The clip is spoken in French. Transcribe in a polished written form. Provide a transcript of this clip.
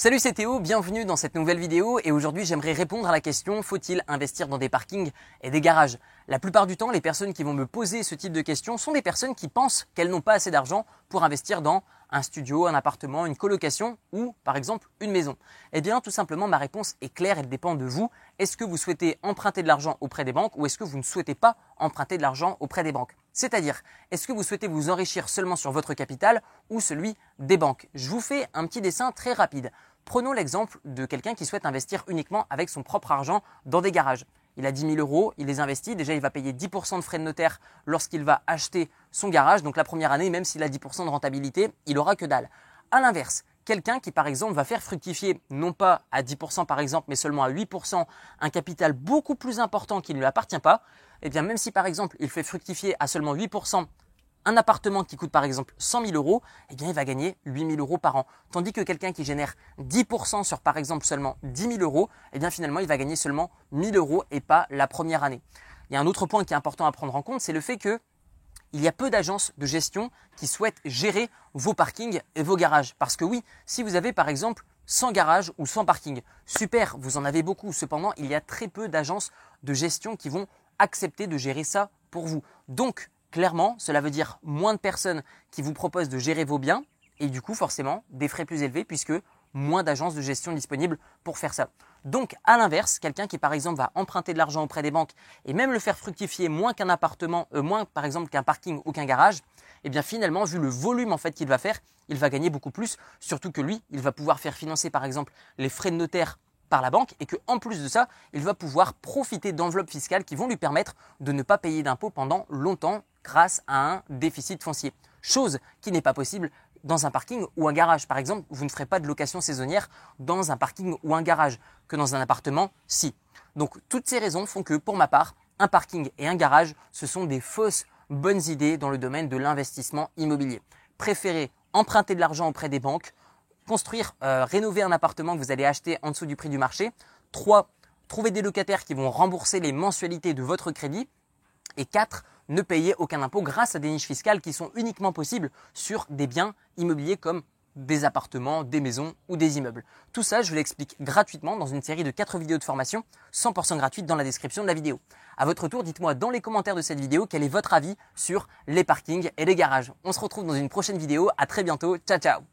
Salut, c'est Théo, bienvenue dans cette nouvelle vidéo et aujourd'hui j'aimerais répondre à la question: faut-il investir dans des parkings et des garages? La plupart du temps, les personnes qui vont me poser ce type de questions sont des personnes qui pensent qu'elles n'ont pas assez d'argent pour investir dans un studio, un appartement, une colocation ou par exemple une maison. Eh bien tout simplement ma réponse est claire, elle dépend de vous. Est-ce que vous souhaitez emprunter de l'argent auprès des banques ou est-ce que vous ne souhaitez pas emprunter de l'argent auprès des banques? C'est-à-dire, est-ce que vous souhaitez vous enrichir seulement sur votre capital ou celui des banques? Je vous fais un petit dessin très rapide. Prenons l'exemple de quelqu'un qui souhaite investir uniquement avec son propre argent dans des garages. Il a 10 000 euros, il les investit, déjà il va payer 10% de frais de notaire lorsqu'il va acheter son garage. Donc la première année, même s'il a 10% de rentabilité, il aura que dalle. A l'inverse, quelqu'un qui par exemple va faire fructifier, non pas à 10% par exemple, mais seulement à 8%, un capital beaucoup plus important qui ne lui appartient pas, eh bien même si par exemple il fait fructifier à seulement 8%, un appartement qui coûte par exemple 100 000 euros, eh bien il va gagner 8 000 euros par an. Tandis que quelqu'un qui génère 10% sur par exemple seulement 10 000 euros, eh bien finalement il va gagner seulement 1 000 euros et pas la première année. Il y a un autre point qui est important à prendre en compte, c'est le fait que il y a peu d'agences de gestion qui souhaitent gérer vos parkings et vos garages. Parce que oui, si vous avez par exemple 100 garages ou 100 parkings, super, vous en avez beaucoup. Cependant, il y a très peu d'agences de gestion qui vont accepter de gérer ça pour vous. Donc, clairement, cela veut dire moins de personnes qui vous proposent de gérer vos biens et du coup, forcément, des frais plus élevés puisque moins d'agences de gestion disponibles pour faire ça. Donc, à l'inverse, quelqu'un qui, par exemple, va emprunter de l'argent auprès des banques et même le faire fructifier moins qu'un appartement, moins, par exemple, qu'un parking ou qu'un garage, eh bien, finalement, vu le volume, en fait, qu'il va faire, il va gagner beaucoup plus. Surtout que lui, il va pouvoir faire financer, par exemple, les frais de notaire par la banque et qu'en plus de ça, il va pouvoir profiter d'enveloppes fiscales qui vont lui permettre de ne pas payer d'impôts pendant longtemps grâce à un déficit foncier. Chose qui n'est pas possible dans un parking ou un garage. Par exemple, vous ne ferez pas de location saisonnière dans un parking ou un garage que dans un appartement, si. Donc, toutes ces raisons font que, pour ma part, un parking et un garage, ce sont des fausses bonnes idées dans le domaine de l'investissement immobilier. Préférez emprunter de l'argent auprès des banques, construire, rénover un appartement que vous allez acheter en dessous du prix du marché. 3. Trouver des locataires qui vont rembourser les mensualités de votre crédit. Et 4. Ne payer aucun impôt grâce à des niches fiscales qui sont uniquement possibles sur des biens immobiliers comme des appartements, des maisons ou des immeubles. Tout ça, je vous l'explique gratuitement dans une série de 4 vidéos de formation 100% gratuites dans la description de la vidéo. À votre tour, dites-moi dans les commentaires de cette vidéo quel est votre avis sur les parkings et les garages. On se retrouve dans une prochaine vidéo. À très bientôt. Ciao, ciao.